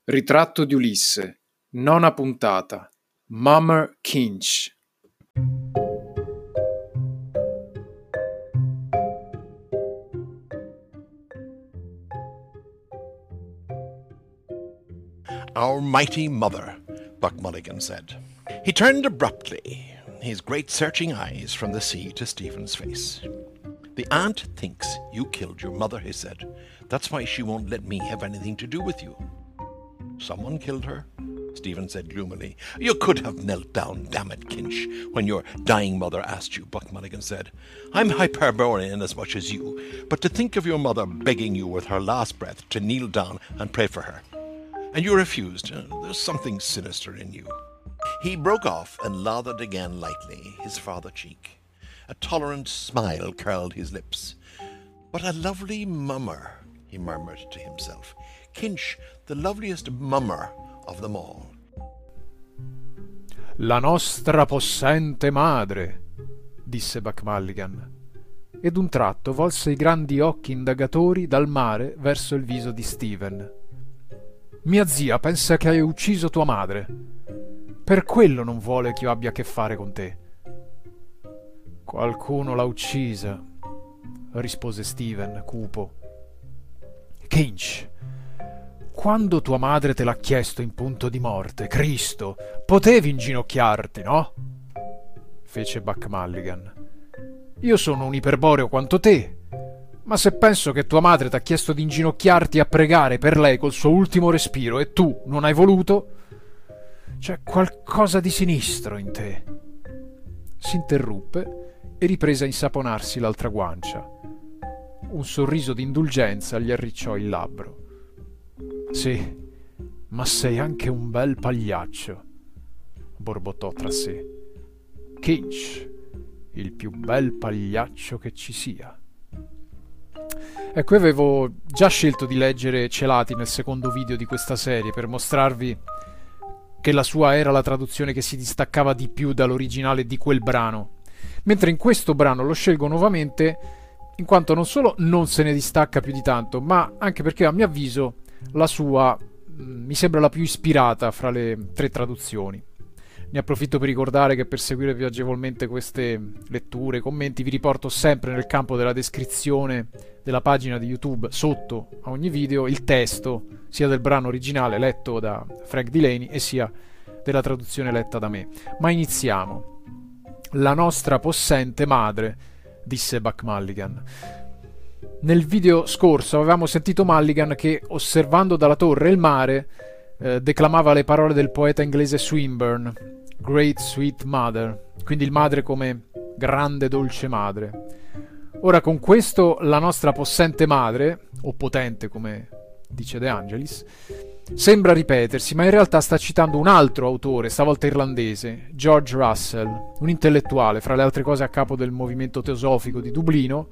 Ritratto di Ulisse, nona puntata. Mummer Kinch. Our mighty mother, Buck Mulligan said. He turned abruptly, his great searching eyes from the sea to Stephen's face. The aunt thinks you killed your mother, he said. That's why she won't let me have anything to do with you. Someone killed her, Stephen said gloomily. You could have knelt down, damn it, Kinch, when your dying mother asked you, Buck Mulligan said. I'm Hyperborean as much as you, but to think of your mother begging you with her last breath to kneel down and pray for her. And you refused. There's something sinister in you. He broke off and lathered again lightly his farther cheek. A tolerant smile curled his lips. What a lovely mummer, he murmured to himself. Kinch, the loveliest mummer of them all. La nostra possente madre, disse Buck Mulligan, e d'un tratto volse i grandi occhi indagatori dal mare verso il viso di Stephen. Mia zia pensa che hai ucciso tua madre. Per quello non vuole che io abbia a che fare con te. Qualcuno l'ha uccisa, rispose Stephen, cupo. Kinch, quando tua madre te l'ha chiesto in punto di morte, Cristo, potevi inginocchiarti, no? Fece Buck Mulligan. Io sono un iperboreo quanto te, ma se penso che tua madre t'ha chiesto di inginocchiarti a pregare per lei col suo ultimo respiro e tu non hai voluto, c'è qualcosa di sinistro in te. Si interruppe e riprese a insaponarsi l'altra guancia. Un sorriso di indulgenza gli arricciò il labbro. Sì, ma sei anche un bel pagliaccio, borbottò tra sé. Kinch, il più bel pagliaccio che ci sia. Ecco, io avevo già scelto di leggere Celati nel secondo video di questa serie per mostrarvi che la sua era la traduzione che si distaccava di più dall'originale di quel brano, mentre in questo brano lo scelgo nuovamente in quanto non solo non se ne distacca più di tanto, ma anche perché a mio avviso la sua mi sembra la più ispirata fra le tre traduzioni. Ne approfitto per ricordare che per seguire più agevolmente queste letture, commenti, vi riporto sempre nel campo della descrizione della pagina di YouTube, sotto a ogni video, il testo sia del brano originale letto da Frank Delaney e sia della traduzione letta da me. Ma iniziamo. La nostra possente madre, disse Buck Mulligan. Nel video scorso avevamo sentito Mulligan che, osservando dalla torre il mare, declamava le parole del poeta inglese Swinburne, Great Sweet Mother, quindi il madre come grande dolce madre. Ora con questo la nostra possente madre, o potente come dice De Angelis, sembra ripetersi, ma in realtà sta citando un altro autore, stavolta irlandese, George Russell, un intellettuale, fra le altre cose a capo del movimento teosofico di Dublino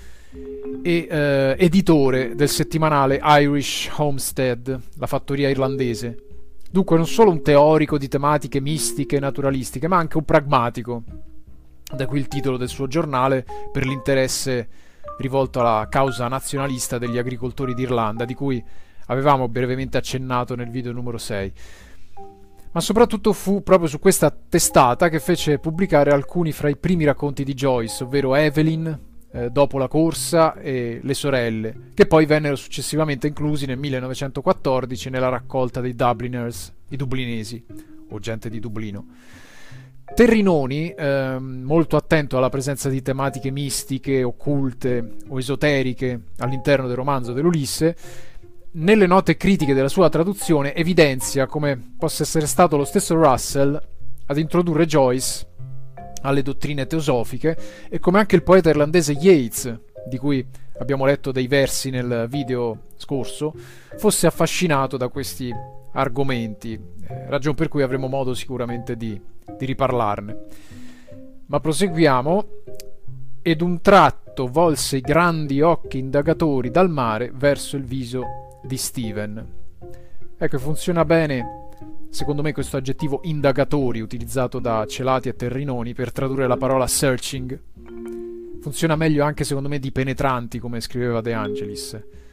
e editore del settimanale Irish Homestead, la fattoria irlandese. Dunque non solo un teorico di tematiche mistiche e naturalistiche, ma anche un pragmatico, da qui il titolo del suo giornale, per l'interesse rivolto alla causa nazionalista degli agricoltori d'Irlanda, di cui avevamo brevemente accennato nel video numero 6. Ma soprattutto fu proprio su questa testata che fece pubblicare alcuni fra i primi racconti di Joyce, ovvero Evelyn, dopo la corsa, e le sorelle, che poi vennero successivamente inclusi nel 1914 nella raccolta dei Dubliners, i dublinesi, o gente di Dublino. Terrinoni, molto attento alla presenza di tematiche mistiche, occulte o esoteriche all'interno del romanzo dell'Ulisse, nelle note critiche della sua traduzione evidenzia come possa essere stato lo stesso Russell ad introdurre Joyce alle dottrine teosofiche e come anche il poeta irlandese Yeats, di cui abbiamo letto dei versi nel video scorso, fosse affascinato da questi argomenti, ragion per cui avremo modo sicuramente di riparlarne. Ma proseguiamo. Ed un tratto volse i grandi occhi indagatori dal mare verso il viso di Stephen. Ecco, funziona bene secondo me questo aggettivo indagatori utilizzato da Celati e Terrinoni per tradurre la parola searching. Funziona meglio anche secondo me di penetranti, come scriveva De Angelis.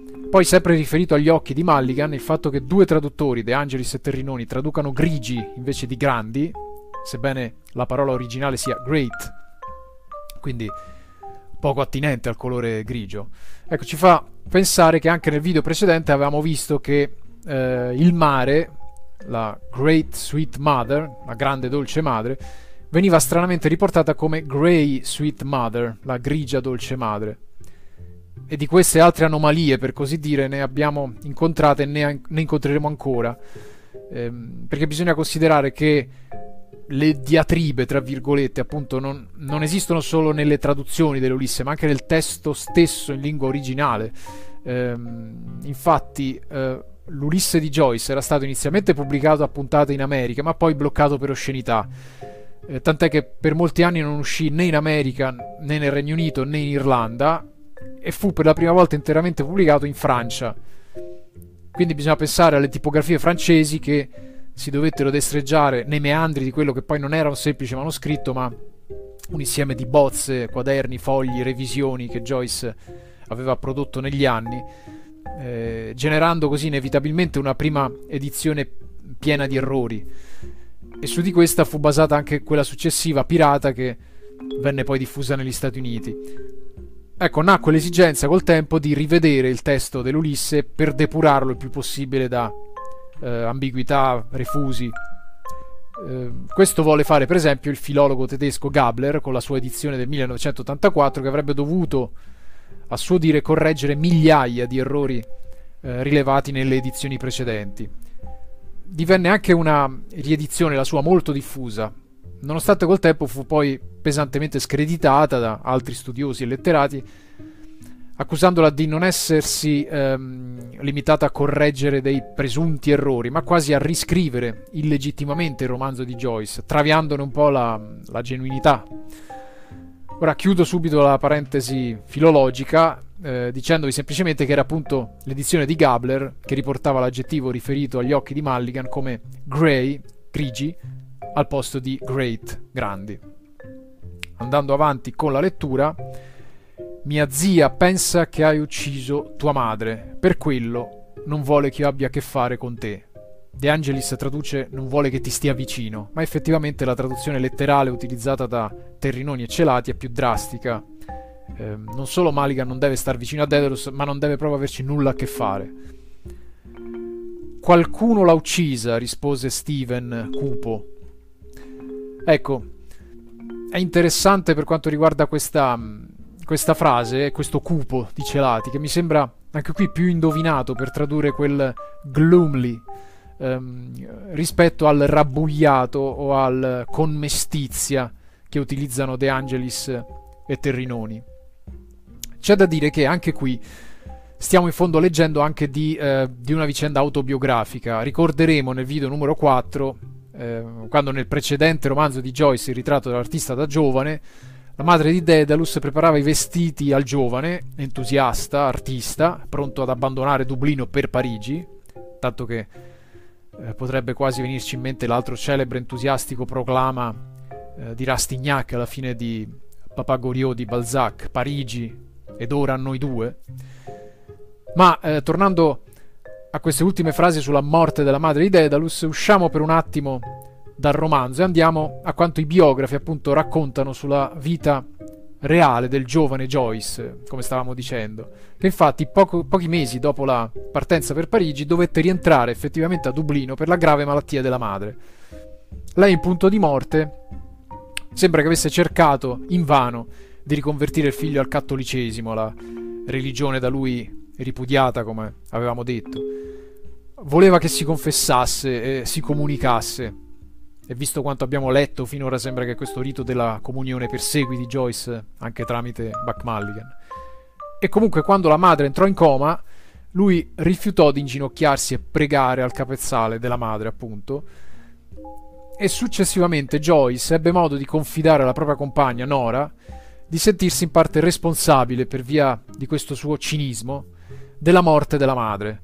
Poi, sempre riferito agli occhi di Mulligan, il fatto che 2 traduttori, De Angelis e Terrinoni, traducano grigi invece di grandi, sebbene la parola originale sia great, quindi poco attinente al colore grigio, ecco, ci fa pensare che anche nel video precedente avevamo visto che il mare, la Great Sweet Mother, la grande dolce madre, veniva stranamente riportata come Grey Sweet Mother, la grigia dolce madre. E di queste altre anomalie, per così dire, ne abbiamo incontrate e ne incontreremo ancora, perché bisogna considerare che le diatribe, tra virgolette, appunto, non esistono solo nelle traduzioni dell'Ulisse, ma anche nel testo stesso in lingua originale. Infatti l'Ulisse di Joyce era stato inizialmente pubblicato a puntate in America, ma poi bloccato per oscenità, tant'è che per molti anni non uscì né in America, né nel Regno Unito, né in Irlanda, e fu per la prima volta interamente pubblicato in Francia. Quindi bisogna pensare alle tipografie francesi che si dovettero destreggiare nei meandri di quello che poi non era un semplice manoscritto, ma un insieme di bozze, quaderni, fogli, revisioni che Joyce aveva prodotto negli anni, generando così inevitabilmente una prima edizione piena di errori, e su di questa fu basata anche quella successiva pirata che venne poi diffusa negli Stati Uniti. Ecco, nacque l'esigenza col tempo di rivedere il testo dell'Ulisse per depurarlo il più possibile da ambiguità, refusi. Questo vuole fare per esempio il filologo tedesco Gabler con la sua edizione del 1984, che avrebbe dovuto, a suo dire, correggere migliaia di errori rilevati nelle edizioni precedenti. Divenne anche una riedizione, la sua, molto diffusa, nonostante col tempo fu poi pesantemente screditata da altri studiosi e letterati, accusandola di non essersi limitata a correggere dei presunti errori, ma quasi a riscrivere illegittimamente il romanzo di Joyce, traviandone un po' la genuinità. Ora chiudo subito la parentesi filologica dicendovi semplicemente che era appunto l'edizione di Gabler che riportava l'aggettivo riferito agli occhi di Mulligan come grey, grigi, al posto di great, grandi. Andando avanti con la lettura: mia zia pensa che hai ucciso tua madre, per quello non vuole che io abbia a che fare con te. De Angelis traduce non vuole che ti stia vicino, ma effettivamente la traduzione letterale utilizzata da Terrinoni e Celati è più drastica. Non solo Mulligan non deve star vicino a Daedalus, ma non deve proprio averci nulla a che fare. Qualcuno l'ha uccisa, rispose Steven cupo. Ecco, è interessante per quanto riguarda questa frase, questo cupo di Celati, che mi sembra anche qui più indovinato per tradurre quel gloomly rispetto al rabbuiato o al con mestizia che utilizzano De Angelis e Terrinoni. C'è da dire che anche qui stiamo in fondo leggendo anche di una vicenda autobiografica. Ricorderemo nel video numero 4, quando nel precedente romanzo di Joyce, Il ritratto dell'artista da giovane, la madre di Daedalus preparava i vestiti al giovane, entusiasta, artista, pronto ad abbandonare Dublino per Parigi, tanto che potrebbe quasi venirci in mente l'altro celebre entusiastico proclama di Rastignac alla fine di Papa Goriot di Balzac: Parigi ed ora a noi due. Ma tornando a queste ultime frasi sulla morte della madre di Daedalus, usciamo per un attimo dal romanzo e andiamo a quanto i biografi appunto raccontano sulla vita reale del giovane Joyce, come stavamo dicendo, che infatti pochi mesi dopo la partenza per Parigi dovette rientrare effettivamente a Dublino per la grave malattia della madre. Lei, in punto di morte, sembra che avesse cercato invano di riconvertire il figlio al cattolicesimo, la religione da lui ripudiata, come avevamo detto. Voleva che si confessasse e si comunicasse, e visto quanto abbiamo letto finora sembra che questo rito della comunione perseguiti Joyce anche tramite Buck Mulligan. E comunque quando la madre entrò in coma, lui rifiutò di inginocchiarsi e pregare al capezzale della madre, appunto, e successivamente Joyce ebbe modo di confidare alla propria compagna Nora di sentirsi in parte responsabile, per via di questo suo cinismo, della morte della madre,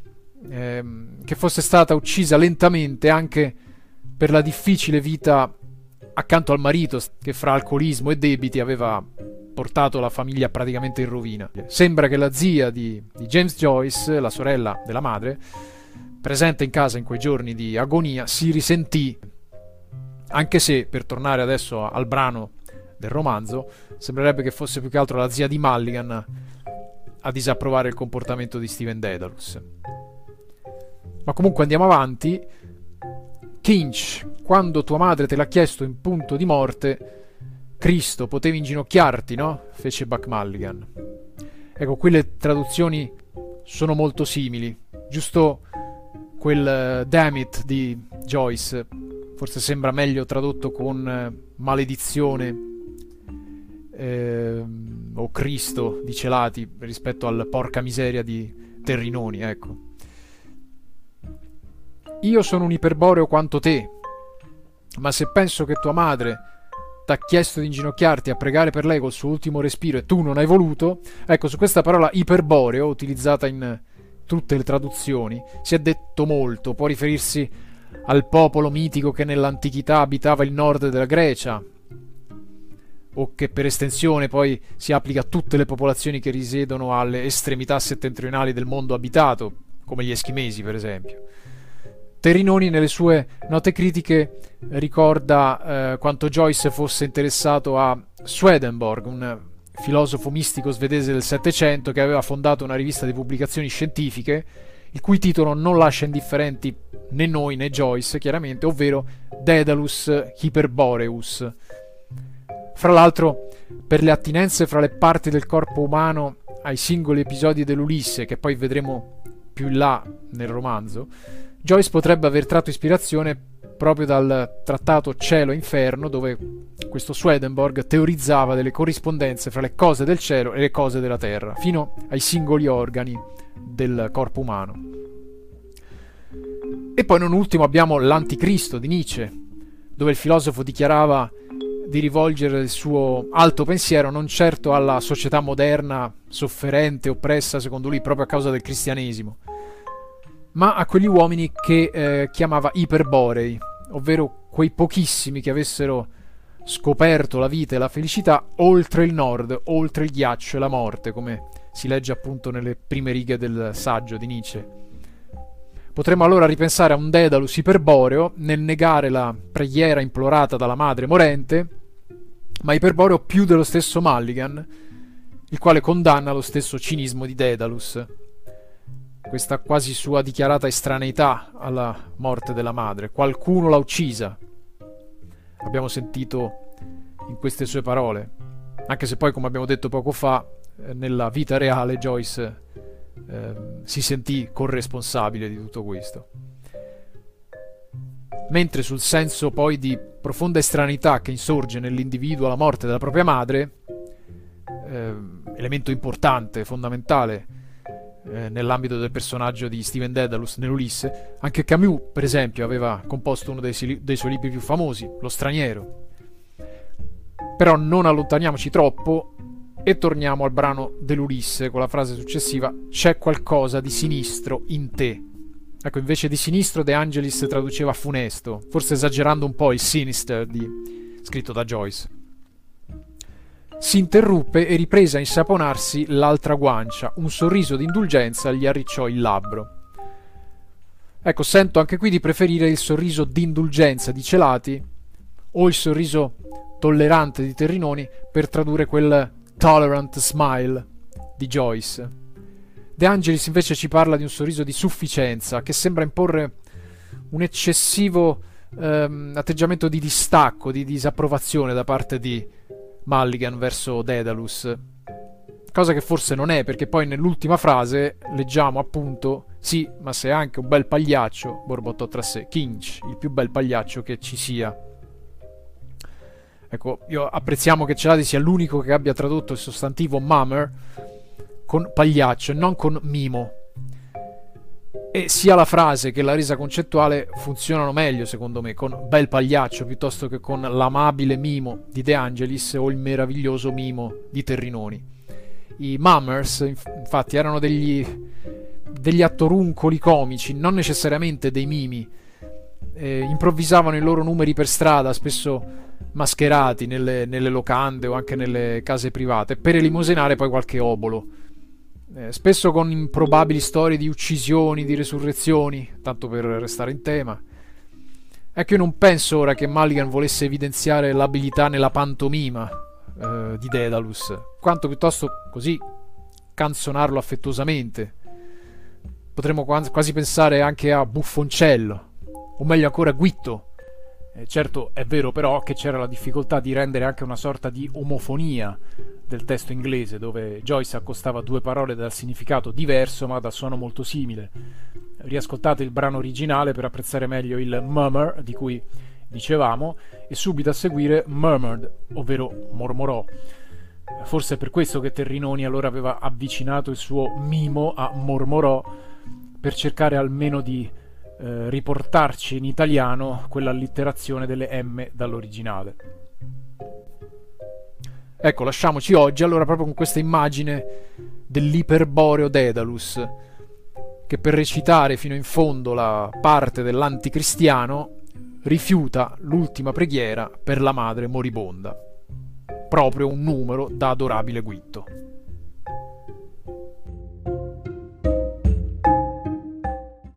che fosse stata uccisa lentamente anche per la difficile vita accanto al marito, che fra alcolismo e debiti aveva portato la famiglia praticamente in rovina. Sembra che la zia di James Joyce, la sorella della madre, presente in casa in quei giorni di agonia, si risentì, anche se, per tornare adesso al brano del romanzo, sembrerebbe che fosse più che altro la zia di Mulligan a disapprovare il comportamento di Stephen Dedalus. Ma comunque andiamo avanti. Kinch, quando tua madre te l'ha chiesto in punto di morte, Cristo, potevi inginocchiarti, no? Fece Buck Mulligan. Ecco, qui le traduzioni sono molto simili. Giusto quel damn it di Joyce forse sembra meglio tradotto con maledizione o Cristo di Celati rispetto al porca miseria di Terrinoni, ecco. Io sono un iperboreo quanto te, ma se penso che tua madre t'ha chiesto di inginocchiarti a pregare per lei col suo ultimo respiro e tu non hai voluto, ecco, su questa parola iperboreo, utilizzata in tutte le traduzioni, si è detto molto. Può riferirsi al popolo mitico che nell'antichità abitava il nord della Grecia, o che per estensione poi si applica a tutte le popolazioni che risiedono alle estremità settentrionali del mondo abitato, come gli eschimesi per esempio. Terrinoni nelle sue note critiche ricorda quanto Joyce fosse interessato a Swedenborg, un filosofo mistico svedese del Settecento che aveva fondato una rivista di pubblicazioni scientifiche, il cui titolo non lascia indifferenti né noi né Joyce, chiaramente, ovvero Daedalus Hyperboreus. Fra l'altro, per le attinenze fra le parti del corpo umano ai singoli episodi dell'Ulisse, che poi vedremo più in là nel romanzo, Joyce potrebbe aver tratto ispirazione proprio dal trattato Cielo e Inferno, dove questo Swedenborg teorizzava delle corrispondenze fra le cose del cielo e le cose della terra, fino ai singoli organi del corpo umano. E poi non ultimo abbiamo l'Anticristo di Nietzsche, dove il filosofo dichiarava di rivolgere il suo alto pensiero non certo alla società moderna, sofferente, oppressa secondo lui proprio a causa del cristianesimo, ma a quegli uomini che chiamava iperborei, ovvero quei pochissimi che avessero scoperto la vita e la felicità oltre il nord, oltre il ghiaccio e la morte, come si legge appunto nelle prime righe del saggio di Nietzsche. Potremmo allora ripensare a un Daedalus iperboreo nel negare la preghiera implorata dalla madre morente, ma iperboreo più dello stesso Mulligan, il quale condanna lo stesso cinismo di Daedalus, questa quasi sua dichiarata estraneità alla morte della madre. Qualcuno l'ha uccisa, abbiamo sentito in queste sue parole, anche se poi, come abbiamo detto poco fa, nella vita reale Joyce si sentì corresponsabile di tutto questo. Mentre sul senso poi di profonda estraneità che insorge nell'individuo alla morte della propria madre, elemento importante, fondamentale nell'ambito del personaggio di Stephen Dedalus nell'Ulisse, anche Camus per esempio aveva composto uno dei suoi libri più famosi, Lo straniero. Però non allontaniamoci troppo e torniamo al brano dell'Ulisse con la frase successiva: c'è qualcosa di sinistro in te. Ecco, invece di sinistro De Angelis traduceva funesto, forse esagerando un po' il sinister scritto da Joyce. Si interruppe e riprese a insaponarsi l'altra guancia. Un sorriso di indulgenza gli arricciò il labbro. Ecco, sento anche qui di preferire il sorriso di indulgenza di Celati o il sorriso tollerante di Terrinoni per tradurre quel tolerant smile di Joyce. De Angelis invece ci parla di un sorriso di sufficienza che sembra imporre un eccessivo atteggiamento di distacco, di disapprovazione da parte di Mulligan verso Daedalus, cosa che forse non è, perché poi nell'ultima frase leggiamo appunto: sì, ma sei anche un bel pagliaccio, borbottò tra sé Kinch, il più bel pagliaccio che ci sia. Ecco, io apprezziamo che Celati sia l'unico che abbia tradotto il sostantivo mummer con pagliaccio e non con mimo, e sia la frase che la resa concettuale funzionano meglio secondo me con bel pagliaccio piuttosto che con l'amabile mimo di De Angelis o il meraviglioso mimo di Terrinoni. I mummers infatti erano degli attoruncoli comici, non necessariamente dei mimi, improvvisavano i loro numeri per strada, spesso mascherati nelle locande o anche nelle case private, per elemosinare poi qualche obolo, spesso con improbabili storie di uccisioni, di resurrezioni, tanto per restare in tema. Ecco, io non penso ora che Mulligan volesse evidenziare l'abilità nella pantomima di Daedalus, quanto piuttosto così canzonarlo affettuosamente. Potremmo quasi pensare anche a Buffoncello, o meglio ancora Guitto. Certo è vero però che c'era la difficoltà di rendere anche una sorta di omofonia del testo inglese, dove Joyce accostava due parole dal significato diverso ma dal suono molto simile. Riascoltate il brano originale per apprezzare meglio il murmur di cui dicevamo, e subito a seguire murmured, ovvero mormorò. Forse è per questo che Terrinoni allora aveva avvicinato il suo mimo a mormorò, per cercare almeno di riportarci in italiano quella allitterazione delle M dall'originale. Ecco, lasciamoci oggi allora proprio con questa immagine dell'iperboreo Daedalus, che per recitare fino in fondo la parte dell'anticristiano rifiuta l'ultima preghiera per la madre moribonda. Proprio un numero da adorabile Guitto.